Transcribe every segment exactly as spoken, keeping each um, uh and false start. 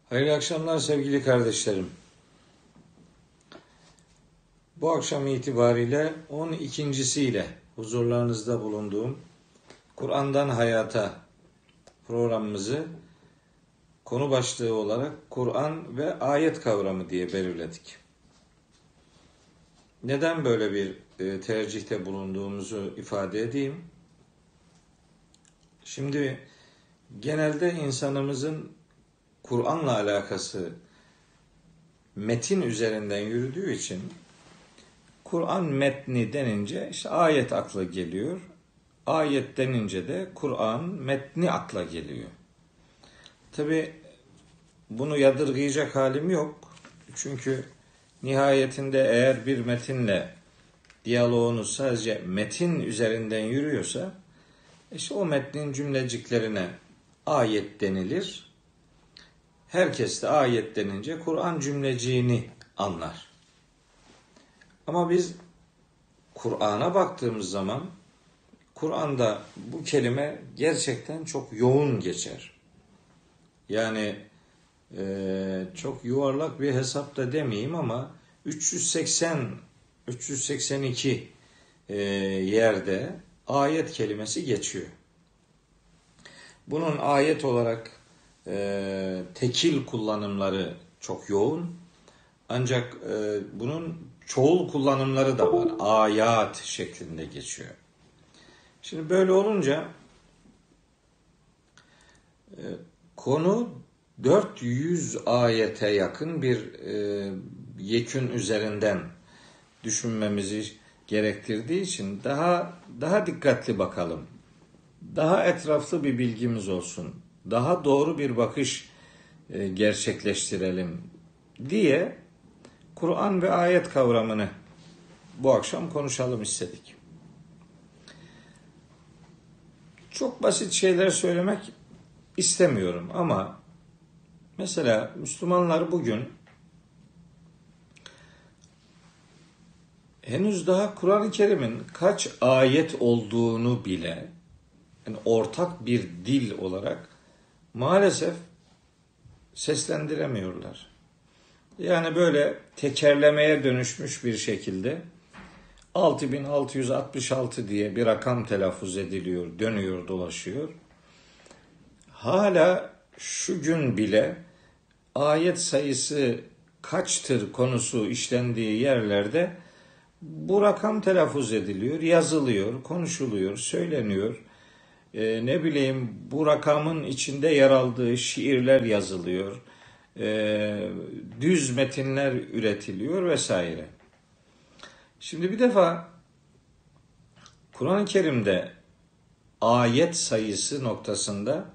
Hayırlı akşamlar sevgili kardeşlerim. Bu akşam itibariyle on ikincisiyle huzurlarınızda bulunduğum Kur'an'dan Hayata programımızı konu başlığı olarak Kur'an ve ayet kavramı diye belirledik. Neden böyle bir tercihte bulunduğumuzu ifade edeyim. Şimdi genelde insanımızın Kur'an'la alakası metin üzerinden yürüdüğü için Kur'an metni denince işte ayet akla geliyor. Ayet denince de Kur'an metni akla geliyor. Tabi bunu yadırgayacak halim yok. Çünkü nihayetinde eğer bir metinle diyaloğunuz sadece metin üzerinden yürüyorsa işte o metnin cümleciklerine ayet denilir. Herkes de ayet denince Kur'an cümleciğini anlar. Ama biz Kur'an'a baktığımız zaman Kur'an'da bu kelime gerçekten çok yoğun geçer. Yani e, çok yuvarlak bir hesap da demeyeyim ama üç yüz seksen üç yüz seksen iki e, yerde ayet kelimesi geçiyor. Bunun ayet olarak e, tekil kullanımları çok yoğun. Ancak e, bunun çoğul kullanımları da var. Ayat şeklinde geçiyor. Şimdi böyle olunca e, konu dört yüz ayete yakın bir e, yekün üzerinden düşünmemizi gerektirdiği için daha daha dikkatli bakalım. Daha etraflı bir bilgimiz olsun. Daha doğru bir bakış e, gerçekleştirelim diye Kur'an ve ayet kavramını bu akşam konuşalım istedik. Çok basit şeyler söylemek istemiyorum ama mesela Müslümanlar bugün henüz daha Kur'an-ı Kerim'in kaç ayet olduğunu bile yani ortak bir dil olarak maalesef seslendiremiyorlar. Yani böyle tekerlemeye dönüşmüş bir şekilde altı bin altı yüz altmış altı diye bir rakam telaffuz ediliyor, dönüyor, dolaşıyor. Hala şu gün bile ayet sayısı kaçtır konusu işlendiği yerlerde bu rakam telaffuz ediliyor, yazılıyor, konuşuluyor, söyleniyor. Ee, ne bileyim bu rakamın içinde yer aldığı şiirler yazılıyor. E, düz metinler üretiliyor vesaire. Şimdi bir defa Kur'an-ı Kerim'de ayet sayısı noktasında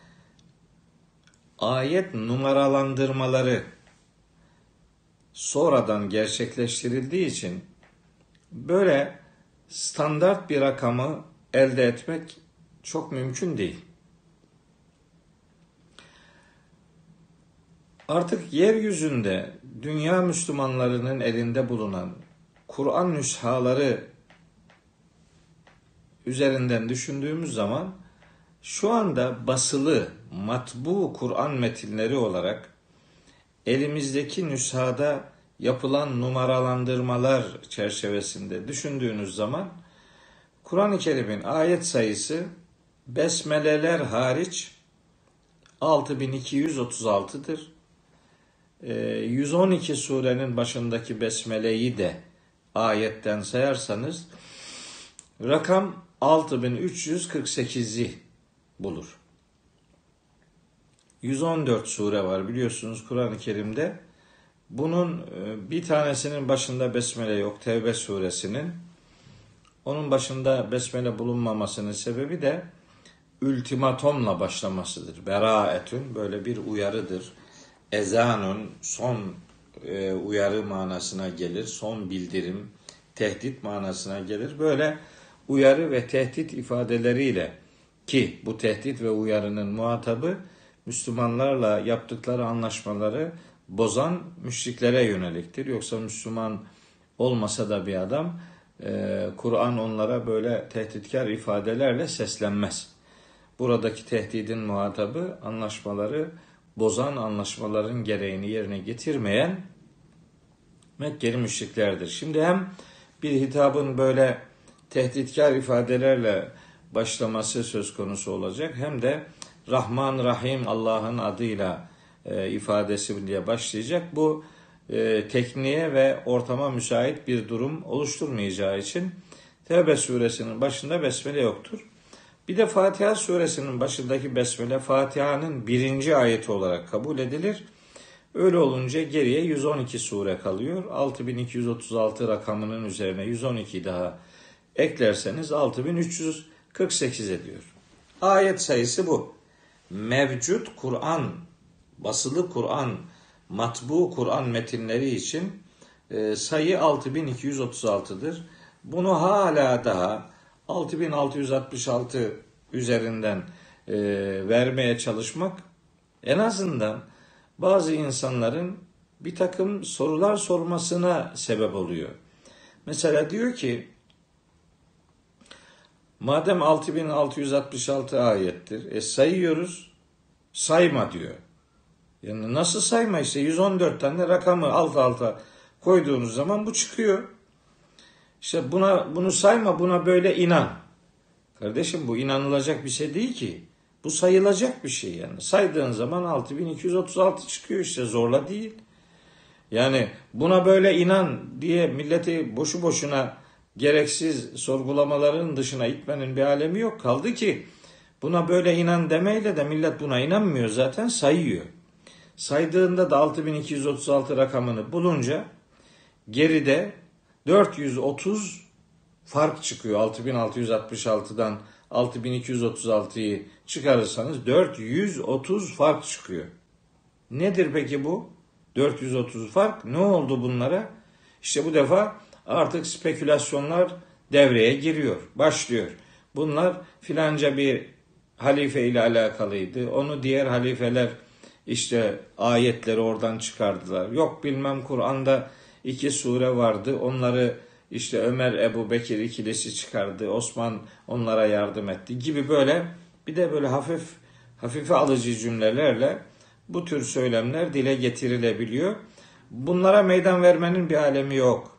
ayet numaralandırmaları sonradan gerçekleştirildiği için böyle standart bir rakamı elde etmek çok mümkün değil. Artık yeryüzünde dünya Müslümanlarının elinde bulunan Kur'an nüshaları üzerinden düşündüğümüz zaman şu anda basılı matbu Kur'an metinleri olarak elimizdeki nüshada yapılan numaralandırmalar çerçevesinde düşündüğünüz zaman Kur'an-ı Kerim'in ayet sayısı besmeleler hariç altı bin iki yüz otuz altı'dır. yüz on iki surenin başındaki besmeleyi de ayetten sayarsanız rakam altı bin üç yüz kırk sekizi bulur. yüz on dört sure var biliyorsunuz Kur'an-ı Kerim'de. Bunun bir tanesinin başında besmele yok, Tevbe suresinin. Onun başında besmele bulunmamasının sebebi de ultimatomla başlamasıdır. Beraetün böyle bir uyarıdır. Ezanun son e, uyarı manasına gelir. Son bildirim, tehdit manasına gelir. Böyle uyarı ve tehdit ifadeleriyle ki bu tehdit ve uyarının muhatabı Müslümanlarla yaptıkları anlaşmaları bozan müşriklere yöneliktir. Yoksa Müslüman olmasa da bir adam e, Kur'an onlara böyle tehditkar ifadelerle seslenmez. Buradaki tehdidin muhatabı anlaşmaları bozan, anlaşmaların gereğini yerine getirmeyen Mekkeli müşriklerdir. Şimdi hem bir hitabın böyle tehditkar ifadelerle başlaması söz konusu olacak, hem de Rahman Rahim Allah'ın adıyla e, ifadesi diye başlayacak. Bu e, tekniğe ve ortama müsait bir durum oluşturmayacağı için Tevbe suresinin başında besmele yoktur. Bir de Fatiha suresinin başındaki besmele Fatiha'nın birinci ayeti olarak kabul edilir. Öyle olunca geriye yüz on iki sure kalıyor. altı bin iki yüz otuz altı rakamının üzerine yüz on iki daha eklerseniz altı bin üç yüz kırk sekiz ediyor. Ayet sayısı bu. Mevcut Kur'an, basılı Kur'an, matbu Kur'an metinleri için e, sayı altı bin iki yüz otuz altıdır. Bunu hala daha altı bin altı yüz altmış altı üzerinden e, vermeye çalışmak en azından bazı insanların bir takım sorular sormasına sebep oluyor. Mesela diyor ki, madem altı bin altı yüz altmış altı ayettir, e sayıyoruz, sayma diyor. Yani nasıl sayma, işte yüz on dört tane rakamı alt alta koyduğunuz zaman bu çıkıyor. İşte buna bunu sayma, buna böyle inan. Kardeşim, bu inanılacak bir şey değil ki. Bu sayılacak bir şey yani. Saydığın zaman altı bin iki yüz otuz altı çıkıyor, işte zorla değil. Yani buna böyle inan diye milleti boşu boşuna gereksiz sorgulamaların dışına itmenin bir alemi yok. Kaldı ki buna böyle inan demeyle de millet buna inanmıyor, zaten sayıyor. Saydığında da altı bin iki yüz otuz altı rakamını bulunca geride dört yüz otuz fark çıkıyor. altı bin altı yüz altmış altıdan altı bin iki yüz otuz altıyı çıkarırsanız dört yüz otuz fark çıkıyor. Nedir peki bu? dört yüz otuz fark. Ne oldu bunlara? İşte bu defa artık spekülasyonlar devreye giriyor, başlıyor. Bunlar filanca bir halife ile alakalıydı. Onu diğer halifeler işte ayetleri oradan çıkardılar. Yok bilmem Kur'an'da iki sure vardı. Onları işte Ömer, Ebu Bekir ikilisi çıkardı. Osman onlara yardım etti gibi böyle bir de böyle hafif hafife alıcı cümlelerle bu tür söylemler dile getirilebiliyor. Bunlara meydan vermenin bir alemi yok.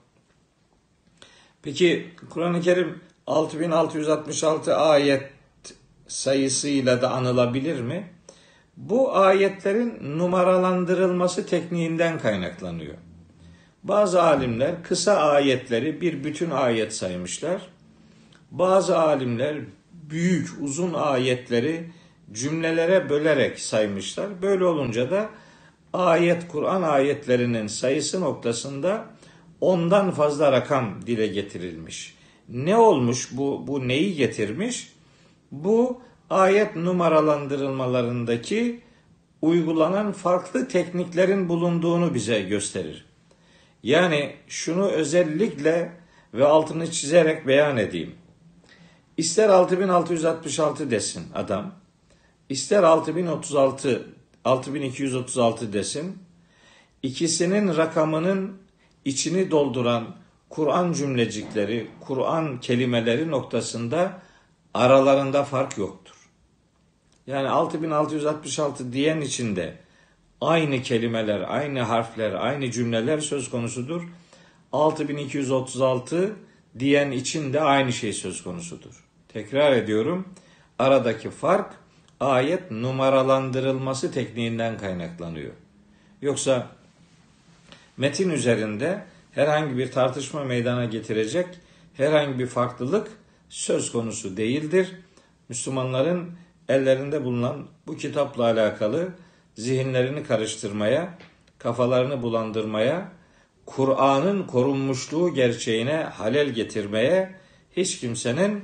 Peki Kur'an-ı Kerim altı bin altı yüz altmış altı ayet sayısıyla da anılabilir mi? Bu ayetlerin numaralandırılması tekniğinden kaynaklanıyor. Bazı alimler kısa ayetleri bir bütün ayet saymışlar. Bazı alimler büyük, uzun ayetleri cümlelere bölerek saymışlar. Böyle olunca da ayet, Kur'an ayetlerinin sayısı noktasında ondan fazla rakam dile getirilmiş. Ne olmuş bu? Bu neyi getirmiş? Bu ayet numaralandırılmalarındaki uygulanan farklı tekniklerin bulunduğunu bize gösterir. Yani şunu özellikle ve altını çizerek beyan edeyim. İster altı bin altı yüz altmış altı desin adam, ister altı bin otuz altı, altı bin iki yüz otuz altı desin, ikisinin rakamının içini dolduran Kur'an cümlecikleri, Kur'an kelimeleri noktasında aralarında fark yoktur. Yani altı bin altı yüz altmış altı diyen içinde aynı kelimeler, aynı harfler, aynı cümleler söz konusudur. altı bin iki yüz otuz altı diyen için de aynı şey söz konusudur. Tekrar ediyorum, aradaki fark ayet numaralandırılması tekniğinden kaynaklanıyor. Yoksa metin üzerinde herhangi bir tartışma meydana getirecek herhangi bir farklılık söz konusu değildir. Müslümanların ellerinde bulunan bu kitapla alakalı zihinlerini karıştırmaya, kafalarını bulandırmaya, Kur'an'ın korunmuşluğu gerçeğine halel getirmeye hiç kimsenin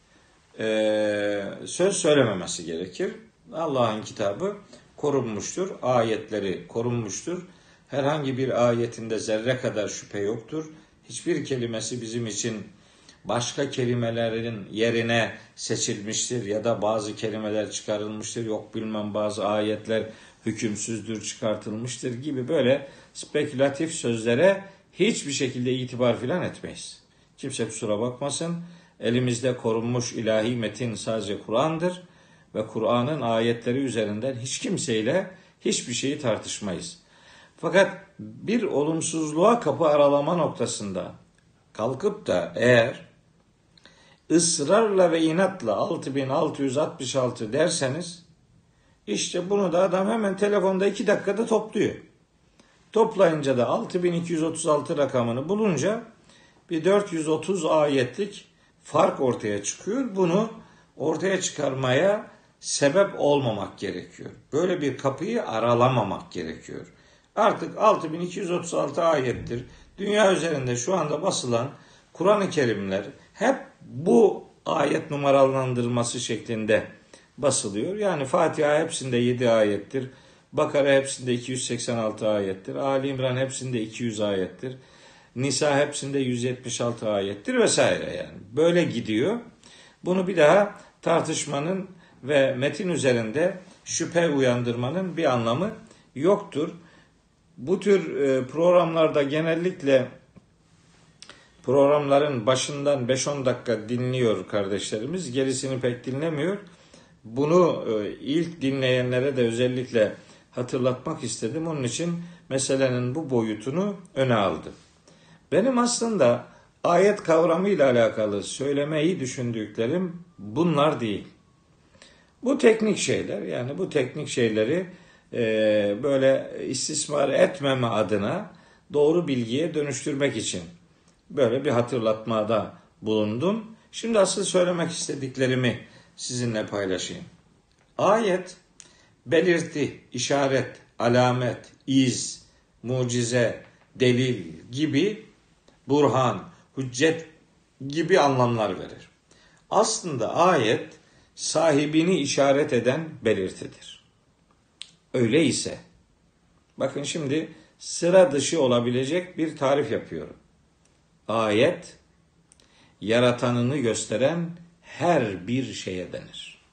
e, söz söylememesi gerekir. Allah'ın kitabı korunmuştur, ayetleri korunmuştur. Herhangi bir ayetinde zerre kadar şüphe yoktur. Hiçbir kelimesi bizim için başka kelimelerin yerine seçilmiştir ya da bazı kelimeler çıkarılmıştır. Yok bilmem bazı ayetler hükümsüzdür, çıkartılmıştır gibi böyle spekülatif sözlere hiçbir şekilde itibar filan etmeyiz. Kimse kusura bakmasın. Elimizde korunmuş ilahi metin sadece Kur'an'dır ve Kur'an'ın ayetleri üzerinden hiç kimseyle hiçbir şeyi tartışmayız. Fakat bir olumsuzluğa kapı aralama noktasında kalkıp da eğer ısrarla ve inatla altı bin altı yüz altmış altı derseniz, işte bunu da adam hemen telefonda iki dakikada topluyor. Toplayınca da altı bin iki yüz otuz altı rakamını bulunca bir dört yüz otuz ayetlik fark ortaya çıkıyor. Bunu ortaya çıkarmaya sebep olmamak gerekiyor. Böyle bir kapıyı aralamamak gerekiyor. Artık altı bin iki yüz otuz altı ayettir. Dünya üzerinde şu anda basılan Kur'an-ı Kerimler hep bu ayet numaralandırılması şeklinde basılıyor. Yani Fatiha hepsinde yedi ayettir. Bakara hepsinde iki yüz seksen altı ayettir. Ali İmran hepsinde iki yüz ayettir. Nisa hepsinde yüz yetmiş altı ayettir vesaire yani. Böyle gidiyor. Bunu bir daha tartışmanın ve metin üzerinde şüphe uyandırmanın bir anlamı yoktur. Bu tür programlarda genellikle programların başından beş on dakika dinliyor kardeşlerimiz. Gerisini pek dinlemiyor. Bunu ilk dinleyenlere de özellikle hatırlatmak istedim. Onun için meselenin bu boyutunu öne aldım. Benim aslında ayet kavramıyla alakalı söylemeyi düşündüklerim bunlar değil. Bu teknik şeyler, yani bu teknik şeyleri e, böyle istismar etmeme adına doğru bilgiye dönüştürmek için böyle bir hatırlatmada bulundum. Şimdi asıl söylemek istediklerimi sizinle paylaşayım. Ayet, belirti, işaret, alamet, iz, mucize, delil gibi, burhan, hüccet gibi anlamlar verir. Aslında ayet sahibini işaret eden belirtidir. Öyleyse, bakın şimdi sıra dışı olabilecek bir tarif yapıyorum. Ayet, yaratanını gösteren her bir şeye denir.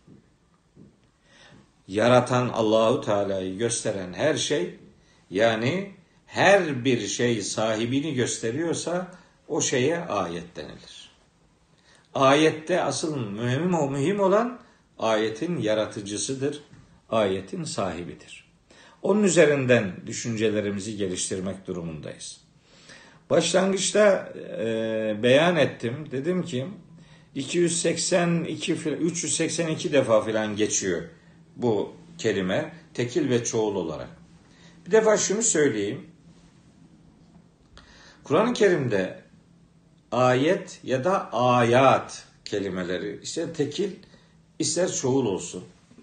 Yaratan Allahu Teala'yı gösteren her şey, yani her bir şey sahibini gösteriyorsa o şeye ayet denilir. Ayette asıl mühim, mühim olan ayetin yaratıcısıdır, ayetin sahibidir. Onun üzerinden düşüncelerimizi geliştirmek durumundayız. Başlangıçta e, beyan ettim. Dedim ki iki yüz seksen iki üç yüz seksen iki defa filan geçiyor bu kelime tekil ve çoğul olarak. Bir defa şunu söyleyeyim. Kur'an-ı Kerim'de ayet ya da ayat kelimeleri ister tekil ister çoğul olsun,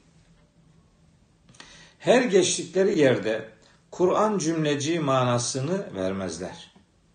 her geçtikleri yerde Kur'an cümleci manasını vermezler.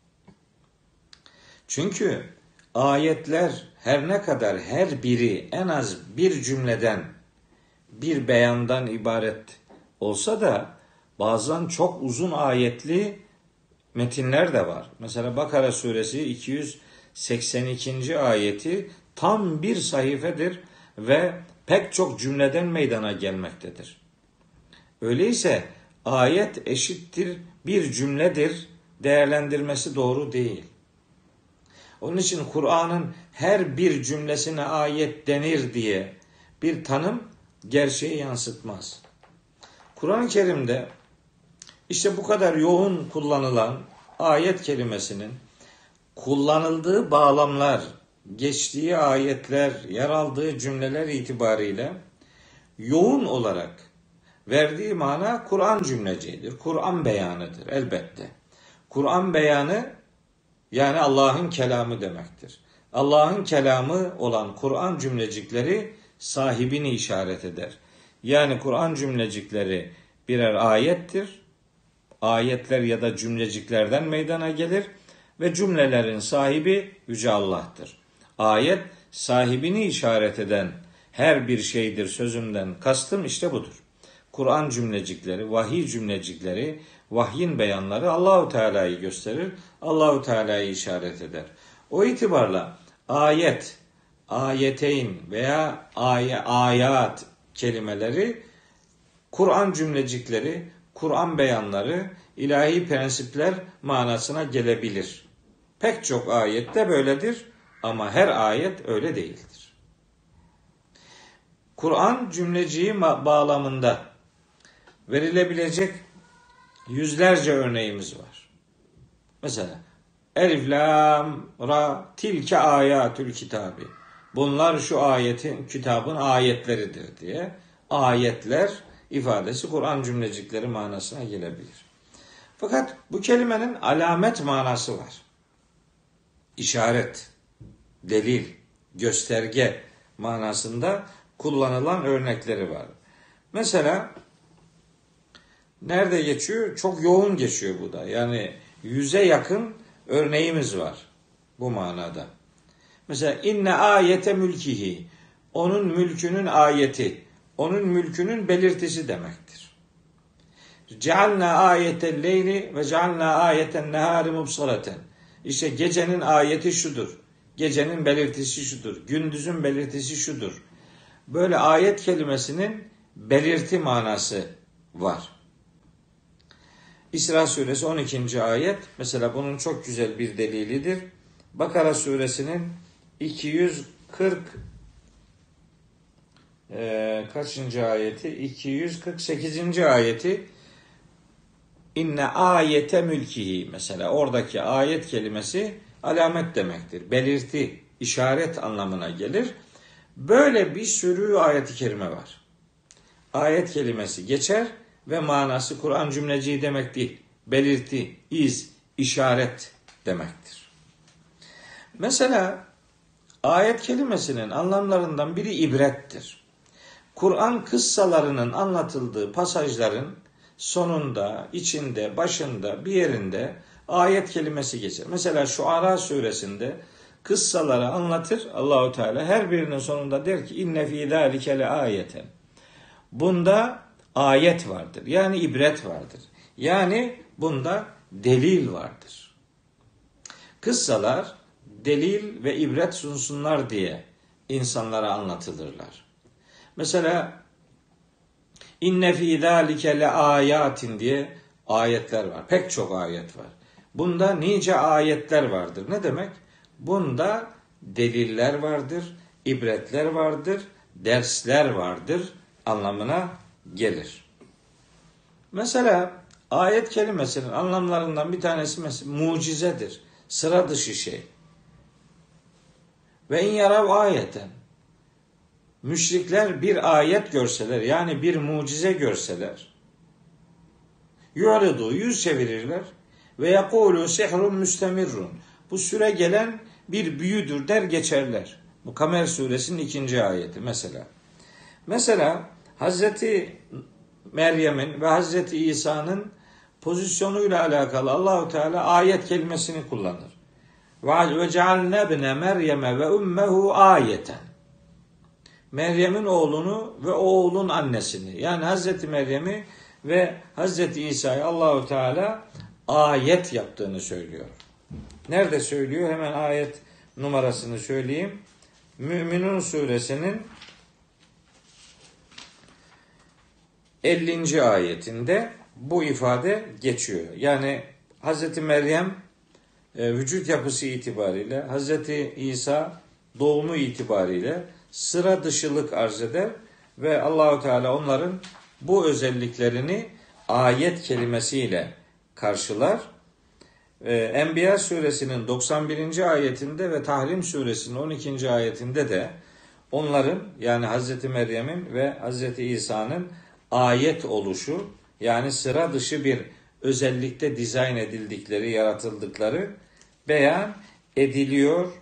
Çünkü ayetler her ne kadar her biri en az bir cümleden, bir beyandan ibaret olsa da bazen çok uzun ayetli metinler de var. Mesela Bakara suresi iki yüz seksen ikinci ayeti tam bir sayfedir ve pek çok cümleden meydana gelmektedir. Öyleyse ayet eşittir bir cümledir değerlendirmesi doğru değil. Onun için Kur'an'ın her bir cümlesine ayet denir diye bir tanım gerçeği yansıtmaz. Kur'an-ı Kerim'de işte bu kadar yoğun kullanılan ayet kelimesinin kullanıldığı bağlamlar, geçtiği ayetler, yer aldığı cümleler itibariyle yoğun olarak verdiği mana Kur'an cümlecidir. Kur'an beyanıdır elbette. Kur'an beyanı yani Allah'ın kelamı demektir. Allah'ın kelamı olan Kur'an cümlecikleri sahibini işaret eder. Yani Kur'an cümlecikleri birer ayettir. Ayetler ya da cümleciklerden meydana gelir ve cümlelerin sahibi Yüce Allah'tır. Ayet sahibini işaret eden her bir şeydir sözümden kastım işte budur. Kur'an cümlecikleri, vahiy cümlecikleri, vahyin beyanları Allahu Teala'yı gösterir, Allahu Teala'yı işaret eder. O itibarla ayet, ayeteyn veya ay, ayat kelimeleri Kur'an cümlecikleri, Kur'an beyanları, ilahi prensipler manasına gelebilir. Pek çok ayette böyledir ama her ayet öyle değildir. Kur'an cümleciği bağlamında verilebilecek yüzlerce örneğimiz var. Mesela Elif, Lam, Ra, tilke ayatül kitabi. Bunlar şu ayetin, kitabın ayetleridir diye. Ayetler ifadesi Kur'an cümlecikleri manasına gelebilir. Fakat bu kelimenin alamet manası var. İşaret, delil, gösterge manasında kullanılan örnekleri var. Mesela nerede geçiyor? Çok yoğun geçiyor bu da. Yani yüze yakın örneğimiz var bu manada. Mesela inne ayete mülkihi. Onun mülkünün ayeti. Onun mülkünün belirtisi demektir. Cealna ayetel leyli ve cealna ayeten nehari mubsaraten. İşte gecenin ayeti şudur. Gecenin belirtisi şudur. Gündüzün belirtisi şudur. Böyle ayet kelimesinin belirti manası var. İsra suresi on ikinci ayet mesela bunun çok güzel bir delilidir. Bakara suresinin iki yüz kırk e, kaçıncı ayeti? iki yüz kırk sekizinci ayeti inne ayete mülkihi mesela oradaki ayet kelimesi alamet demektir. Belirti, işaret anlamına gelir. Böyle bir sürü ayet-i kerime var. Ayet kelimesi geçer ve manası Kur'an cümleciği demek değil. Belirti, iz, işaret demektir. Mesela ayet kelimesinin anlamlarından biri ibrettir. Kur'an kıssalarının anlatıldığı pasajların sonunda, içinde, başında, bir yerinde ayet kelimesi geçer. Mesela Şuara suresinde kıssaları anlatır Allahu Teala. Her birinin sonunda der ki inne fî zâlike le âyeten. Bunda ayet vardır. Yani ibret vardır. Yani bunda delil vardır. Kıssalar delil ve ibret sunsunlar diye insanlara anlatılırlar. Mesela inne fî zâlike le âyâtin diye ayetler var. Pek çok ayet var. Bunda nice ayetler vardır. Ne demek? Bunda deliller vardır, ibretler vardır, dersler vardır anlamına gelir. Mesela ayet kelimesinin anlamlarından bir tanesi mesela mucizedir. Sıra dışı şey. Ve in yarav ayeten. Müşrikler bir ayet görseler yani bir mucize görseler yu'ridu yüz çevirirler ve yekulu sihrun müstemirrun. Bu süre gelen bir büyüdür der geçerler. Bu Kamer suresinin ikinci ayeti mesela. Mesela Hazreti Meryem'in ve Hazreti İsa'nın pozisyonuyla alakalı Allahu Teala ayet kelimesini kullanır. Ve cealne ibne Meryem'e ve ummehu ayeten. Meryem'in oğlunu ve oğlun annesini yani Hazreti Meryem'i ve Hazreti İsa'yı Allahu Teala ayet yaptığını söylüyor. Nerede söylüyor? Hemen ayet numarasını söyleyeyim. Müminun suresinin ellinci ayetinde bu ifade geçiyor. Yani Hazreti Meryem e, vücut yapısı itibariyle, Hazreti İsa doğumu itibariyle sıra dışılık arz eder ve Allahu Teala onların bu özelliklerini ayet kelimesiyle karşılar. Ee, Enbiya suresinin doksan birinci ayetinde ve Tahrim suresinin on ikinci ayetinde de onların yani Hazreti Meryem'in ve Hazreti İsa'nın ayet oluşu yani sıra dışı bir özellikte dizayn edildikleri, yaratıldıkları beyan ediliyor.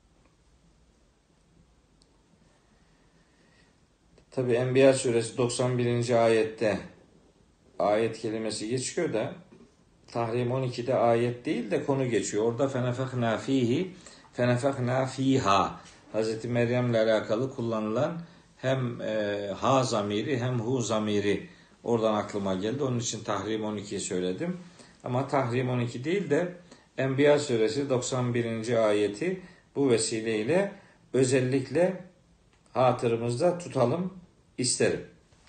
Tabi Enbiya suresi doksan birinci ayette ayet kelimesi geçiyor da Tahrim on ikide ayet değil de konu geçiyor. Orada fenefekna fihi fenefekna fiha Hazreti Meryem'le alakalı kullanılan hem e, ha zamiri hem hu zamiri oradan aklıma geldi. Onun için Tahrim on ikiyi söyledim. Ama Tahrim on iki değil de Enbiya suresi doksan birinci ayeti bu vesileyle özellikle hatırımızda tutalım isterim.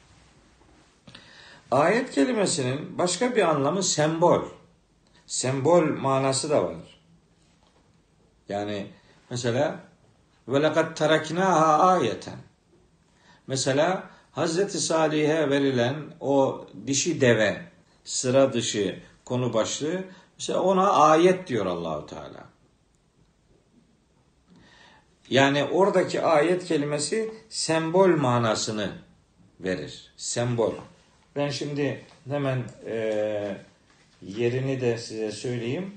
Ayet kelimesinin başka bir anlamı sembol. Sembol manası da var. Yani mesela ve lekad teraknaha ayeten. Mesela Hazreti Salih'e verilen o dişi deve, sıra dışı konu başlığı, mesela ona ayet diyor Allahu Teala. Yani oradaki ayet kelimesi sembol manasını verir. Sembol. Ben şimdi hemen e, yerini de size söyleyeyim.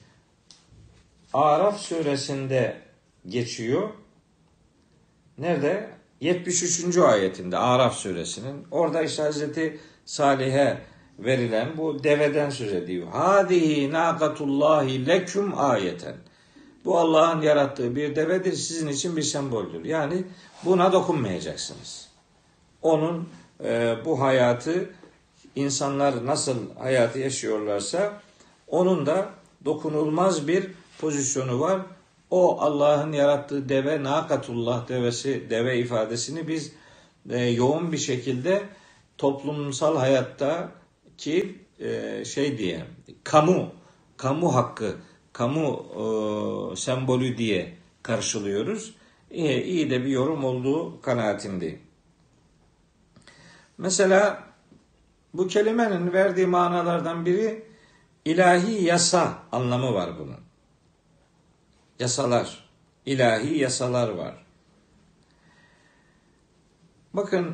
Araf suresinde geçiyor. Nerede? yetmiş üçüncü ayetinde Araf suresinin. Orada işte Hazreti Salih'e verilen bu deveden söz ediyor. Hadihi naqatullahi leküm ayeten. Bu Allah'ın yarattığı bir devedir, sizin için bir semboldür. Yani buna dokunmayacaksınız. Onun e, bu hayatı, insanlar nasıl hayatı yaşıyorlarsa onun da dokunulmaz bir pozisyonu var. O Allah'ın yarattığı deve, nakatullah devesi, deve ifadesini biz e, yoğun bir şekilde toplumsal hayatta ki e, şey diye, kamu, kamu hakkı, kamu e, sembolü diye karşılıyoruz. İyi, iyi de bir yorum olduğu kanaatindeyim. Mesela bu kelimenin verdiği manalardan biri ilahi yasa anlamı var bunun. Yasalar, ilahi yasalar var. Bakın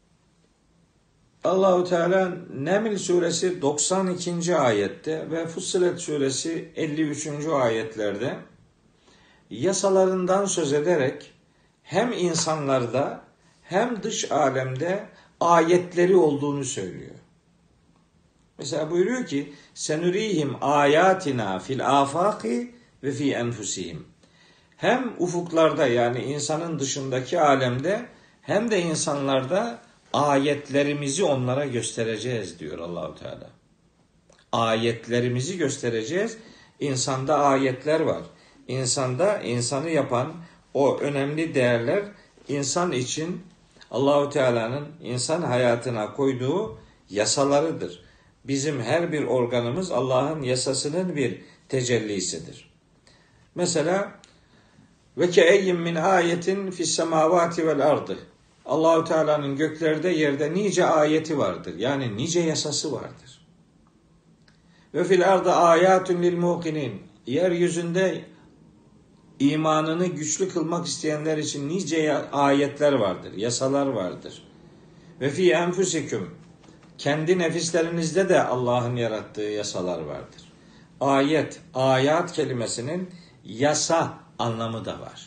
Allahu Teala Neml suresi doksan ikinci ayette ve Fussilet suresi elli üçüncü ayetlerde yasalarından söz ederek hem insanlarda hem dış alemde ayetleri olduğunu söylüyor. Mesela buyuruyor ki senurihim ayatina fil afaki ve fi enfusihim. Hem ufuklarda yani insanın dışındaki alemde hem de insanlarda ayetlerimizi onlara göstereceğiz diyor Allahu Teala. Ayetlerimizi göstereceğiz. İnsanda ayetler var. İnsanda insanı yapan o önemli değerler insan için Allahu Teala'nın insan hayatına koyduğu yasalarıdır. Bizim her bir organımız Allah'ın yasasının bir tecellisidir. Mesela ve ke'eyyin min ayetin fis semavati vel ardı. Allahu Teala'nın göklerde yerde nice ayeti vardır. Yani nice yasası vardır. Ve fil ardı ayatun lil muqinin. Yeryüzünde imanını güçlü kılmak isteyenler için nice ayetler vardır, yasalar vardır. Ve fi enfusikum. Kendi nefislerinizde de Allah'ın yarattığı yasalar vardır. Ayet, ayat kelimesinin yasa anlamı da var.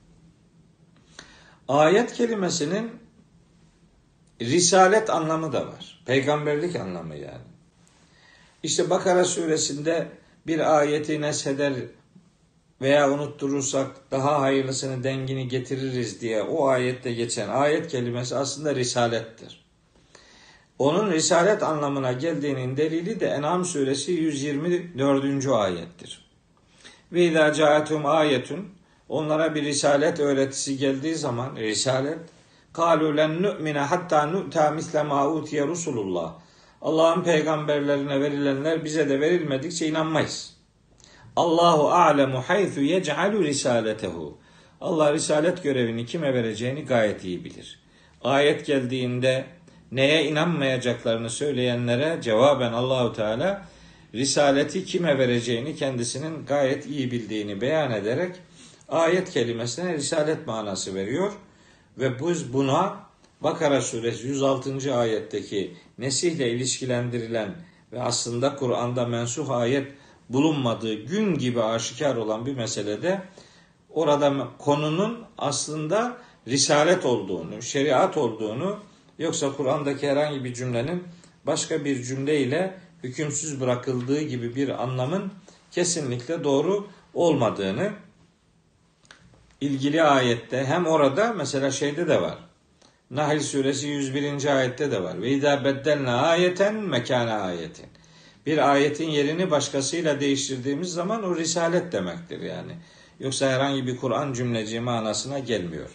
Ayet kelimesinin risalet anlamı da var. Peygamberlik anlamı yani. İşte Bakara suresinde bir ayeti nesheder veya unutturursak daha hayırlısını dengini getiririz diye o ayette geçen ayet kelimesi aslında risalettir. Onun risalet anlamına geldiğinin delili de En'am suresi yüz yirmi dördüncü ayettir. Ve izâ câetum âyetun, onlara bir risalet öğretisi geldiği zaman risalet kâlû len nu'mine hattâ nu'tâ misle mâ utiye Resulullah. Allah'ın peygamberlerine verilenler bize de verilmedikçe inanmayız. Allahu a'lemu haythu yec'alu risaletehu. Allah risalet görevini kime vereceğini gayet iyi bilir. Ayet geldiğinde neye inanmayacaklarını söyleyenlere cevaben Allahu Teala risaleti kime vereceğini kendisinin gayet iyi bildiğini beyan ederek ayet kelimesine risalet manası veriyor ve biz buna Bakara suresi yüz altıncı ayetteki nesihle ilişkilendirilen ve aslında Kur'an'da mensuh ayet bulunmadığı gün gibi aşikar olan bir meselede orada konunun aslında risalet olduğunu, şeriat olduğunu, yoksa Kur'an'daki herhangi bir cümlenin başka bir cümleyle hükümsüz bırakıldığı gibi bir anlamın kesinlikle doğru olmadığını ilgili ayette hem orada mesela şeyde de var. Nahl suresi yüz birinci ayette de var. Ve izâ beddelnâ ayeten mekâne ayetin. Bir ayetin yerini başkasıyla değiştirdiğimiz zaman o risalet demektir yani. Yoksa herhangi bir Kur'an cümleci manasına gelmiyor.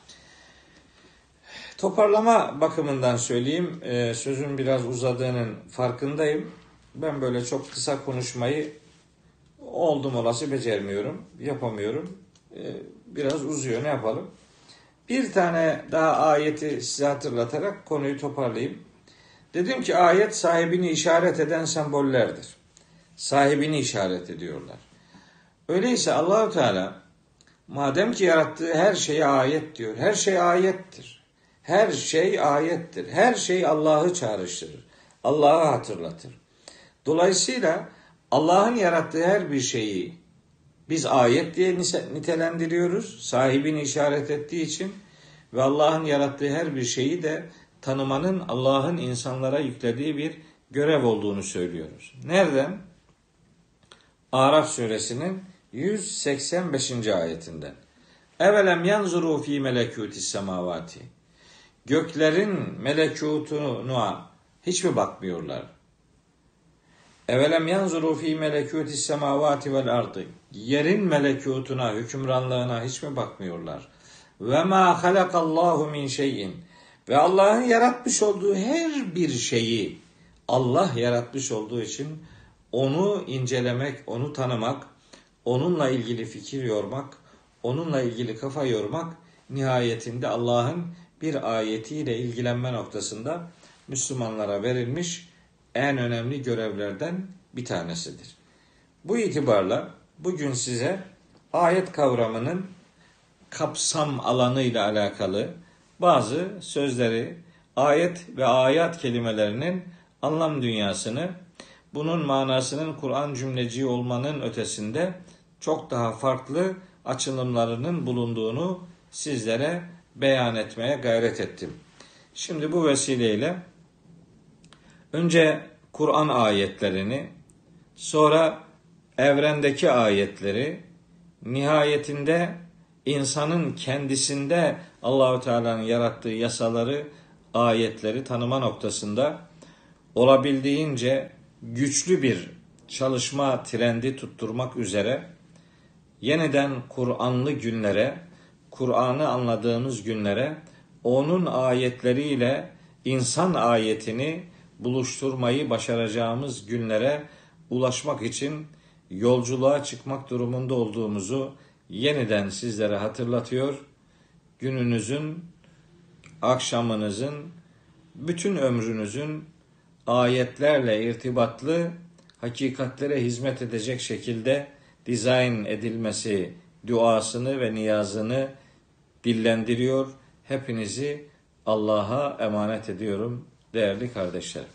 Toparlama bakımından söyleyeyim. Ee, sözün biraz uzadığının farkındayım. Ben böyle çok kısa konuşmayı oldum olası becermiyorum. Yapamıyorum. Ee, biraz uzuyor. Ne yapalım? Bir tane daha ayeti size hatırlatarak konuyu toparlayayım. Dedim ki ayet sahibini işaret eden sembollerdir. Sahibini işaret ediyorlar. Öyleyse Allahu Teala madem ki yarattığı her şeye ayet diyor. Her şey ayettir. Her şey ayettir. Her şey Allah'ı çağrıştırır. Allah'ı hatırlatır. Dolayısıyla Allah'ın yarattığı her bir şeyi biz ayet diye nitelendiriyoruz. Sahibini işaret ettiği için ve Allah'ın yarattığı her bir şeyi de tanımanın Allah'ın insanlara yüklediği bir görev olduğunu söylüyoruz. Nereden? Araf suresinin yüz seksen beşinci ayetinden. Evelem yanzuru fi melekutis semavati. Göklerin melekutuna hiç mi bakmıyorlar? Evelem yanzuru fi melekutis semavati vel ardı. Yerin melekutuna, hükümranlığına hiç mi bakmıyorlar? Ve ma halakallahu min şeyin. Ve Allah'ın yaratmış olduğu her bir şeyi Allah yaratmış olduğu için onu incelemek, onu tanımak, onunla ilgili fikir yormak, onunla ilgili kafa yormak nihayetinde Allah'ın bir ayetiyle ilgilenme noktasında Müslümanlara verilmiş en önemli görevlerden bir tanesidir. Bu itibarla bugün size ayet kavramının kapsam alanıyla alakalı bazı sözleri, ayet ve ayat kelimelerinin anlam dünyasını, bunun manasının Kur'an cümleci olmanın ötesinde çok daha farklı açılımlarının bulunduğunu sizlere beyan etmeye gayret ettim. Şimdi bu vesileyle önce Kur'an ayetlerini, sonra evrendeki ayetleri, nihayetinde insanın kendisinde Allahu Teala'nın yarattığı yasaları, ayetleri tanıma noktasında olabildiğince güçlü bir çalışma trendi tutturmak üzere yeniden Kur'anlı günlere, Kur'an'ı anladığımız günlere, onun ayetleriyle insan ayetini buluşturmayı başaracağımız günlere ulaşmak için yolculuğa çıkmak durumunda olduğumuzu yeniden sizlere hatırlatıyor. Gününüzün, akşamınızın, bütün ömrünüzün ayetlerle irtibatlı, hakikatlere hizmet edecek şekilde dizayn edilmesi duasını ve niyazını dillendiriyor. Hepinizi Allah'a emanet ediyorum değerli kardeşlerim.